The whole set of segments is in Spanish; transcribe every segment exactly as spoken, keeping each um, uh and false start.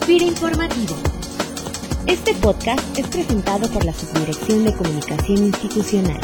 FIRA Informativo. Este podcast es presentado por la Subdirección de Comunicación Institucional.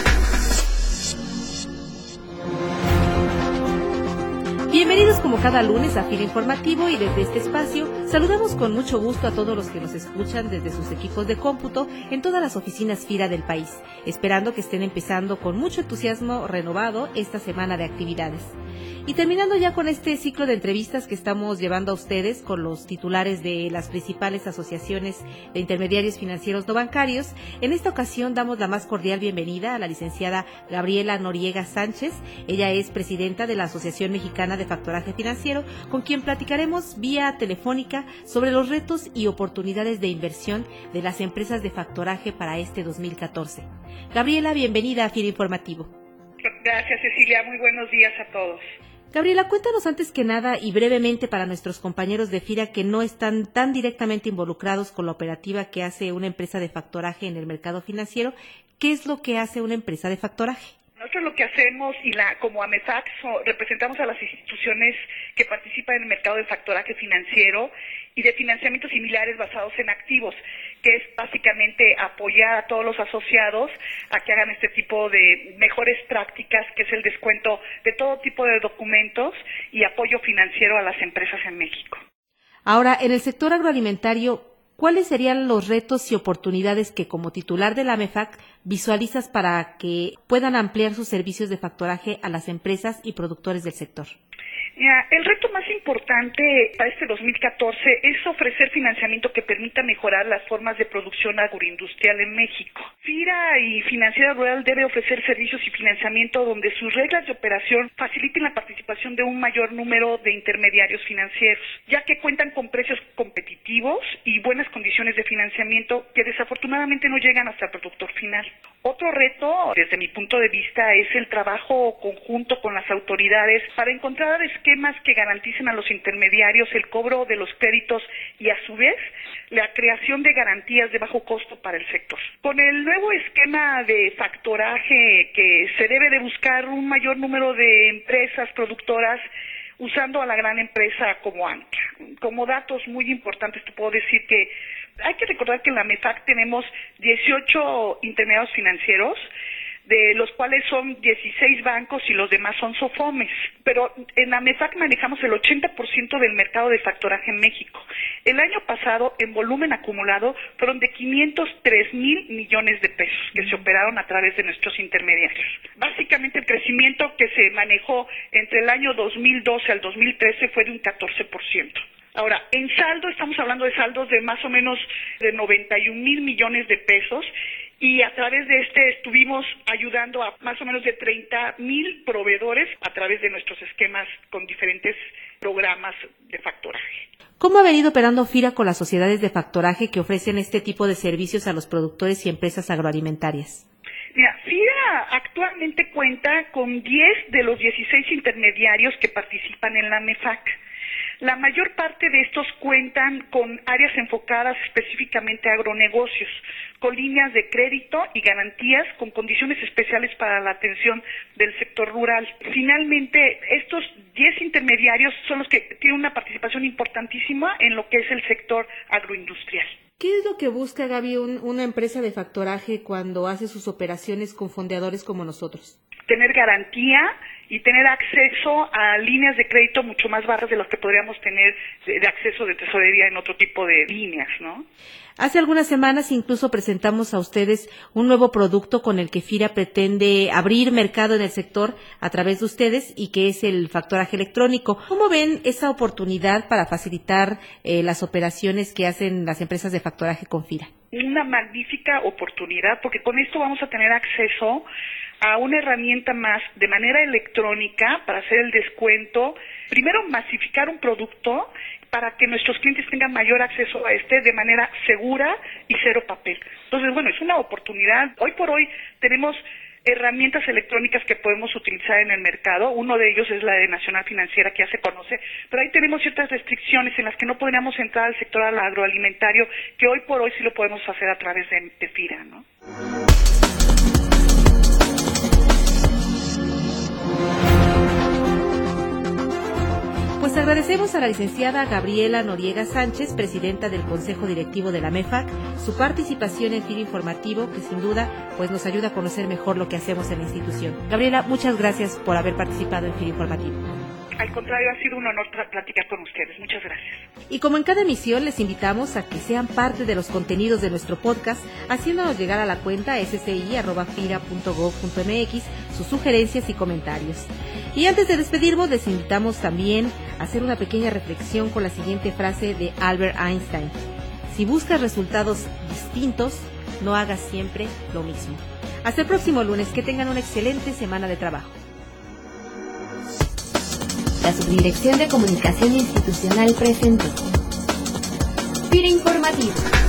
Bienvenidos como cada lunes a FIRA Informativo, y desde este espacio saludamos con mucho gusto a todos los que nos escuchan desde sus equipos de cómputo en todas las oficinas FIRA del país, esperando que estén empezando con mucho entusiasmo renovado esta semana de actividades. Y terminando ya con este ciclo de entrevistas que estamos llevando a ustedes con los titulares de las principales asociaciones de intermediarios financieros no bancarios, en esta ocasión damos la más cordial bienvenida a la licenciada Gabriela Noriega Sánchez. Ella es presidenta de la Asociación Mexicana de Factoraje Financiero, con quien platicaremos vía telefónica sobre los retos y oportunidades de inversión de las empresas de factoraje para este dos mil catorce. Gabriela, bienvenida a FIRA Informativo. Gracias, Cecilia. Muy buenos días a todos. Gabriela, cuéntanos antes que nada y brevemente para nuestros compañeros de FIRA que no están tan directamente involucrados con la operativa que hace una empresa de factoraje en el mercado financiero, ¿qué es lo que hace una empresa de factoraje? Nosotros lo que hacemos, y la como AMEFAC, so, representamos a las instituciones que participan en el mercado de factoraje financiero y de financiamientos similares basados en activos, que es básicamente apoyar a todos los asociados a que hagan este tipo de mejores prácticas, que es el descuento de todo tipo de documentos y apoyo financiero a las empresas en México. Ahora, en el sector agroalimentario, ¿cuáles serían los retos y oportunidades que como titular de la AMEFAC visualizas para que puedan ampliar sus servicios de factoraje a las empresas y productores del sector? Mira, el reto más importante para este dos mil catorce es ofrecer financiamiento que permita mejorar las formas de producción agroindustrial en México. FIRA y Financiera Rural debe ofrecer servicios y financiamiento donde sus reglas de operación faciliten la participación de un mayor número de intermediarios financieros, ya que cuentan con precios competitivos y buenas condiciones de financiamiento que desafortunadamente no llegan hasta el productor final. Otro reto, desde mi punto de vista, es el trabajo conjunto con las autoridades para encontrar esquemas que garanticen a los intermediarios el cobro de los créditos y, a su vez, la creación de garantías de bajo costo para el sector. Con el nuevo esquema de factoraje, que se debe de buscar un mayor número de empresas productoras usando a la gran empresa como ancla. Como datos muy importantes te puedo decir que hay que recordar que en la AMEFAC tenemos dieciocho intermediarios financieros, de los cuales son dieciséis bancos y los demás son SOFOMES. Pero en la AMEFAC manejamos el ochenta por ciento del mercado de factoraje en México. El año pasado, en volumen acumulado, fueron de quinientos tres mil millones de pesos que se operaron a través de nuestros intermediarios. Básicamente, el crecimiento que se manejó entre el año dos mil doce al dos mil trece fue de un catorce por ciento. Ahora, en saldo, estamos hablando de saldos de más o menos de noventa y un mil millones de pesos, y a través de este estuvimos ayudando a más o menos de treinta mil proveedores a través de nuestros esquemas con diferentes programas de factoraje. ¿Cómo ha venido operando FIRA con las sociedades de factoraje que ofrecen este tipo de servicios a los productores y empresas agroalimentarias? Mira, FIRA actualmente cuenta con diez de los dieciséis intermediarios que participan en la AMEFAC. La mayor parte de estos cuentan con áreas enfocadas específicamente a agronegocios, con líneas de crédito y garantías con condiciones especiales para la atención del sector rural. Finalmente, estos diez intermediarios son los que tienen una participación importantísima en lo que es el sector agroindustrial. ¿Qué es lo que busca, Gaby, un, una empresa de factoraje cuando hace sus operaciones con fondeadores como nosotros? Tener garantía y tener acceso a líneas de crédito mucho más bajas de las que podríamos tener de, de acceso de tesorería en otro tipo de líneas, ¿no? Hace algunas semanas incluso presentamos a ustedes un nuevo producto con el que FIRA pretende abrir mercado en el sector a través de ustedes, y que es el factoraje electrónico. ¿Cómo ven esa oportunidad para facilitar eh, las operaciones que hacen las empresas de factoraje con FIRA? Una magnífica oportunidad, porque con esto vamos a tener acceso a una herramienta más de manera electrónica para hacer el descuento. Primero, masificar un producto para que nuestros clientes tengan mayor acceso a este de manera segura y cero papel. Entonces, bueno, es una oportunidad. Hoy por hoy tenemos herramientas electrónicas que podemos utilizar en el mercado. Uno de ellos es la de Nacional Financiera, que ya se conoce, pero ahí tenemos ciertas restricciones en las que no podríamos entrar al sector agroalimentario, que hoy por hoy sí lo podemos hacer a través de, de FIRA, ¿no? Pues agradecemos a la licenciada Gabriela Noriega Sánchez, presidenta del Consejo Directivo de la MEFAC, su participación en Fira Informativo, que sin duda pues nos ayuda a conocer mejor lo que hacemos en la institución. Gabriela, muchas gracias por haber participado en Fira Informativo. Al contrario, ha sido un honor platicar con ustedes. Muchas gracias. Y como en cada emisión, les invitamos a que sean parte de los contenidos de nuestro podcast, haciéndonos llegar a la cuenta s c i arroba fira punto gob punto m x sus sugerencias y comentarios. Y antes de despedirnos, les invitamos también a hacer una pequeña reflexión con la siguiente frase de Albert Einstein: si buscas resultados distintos, no hagas siempre lo mismo. Hasta el próximo lunes, que tengan una excelente semana de trabajo. La Subdirección de Comunicación Institucional presentó Fira Informativo.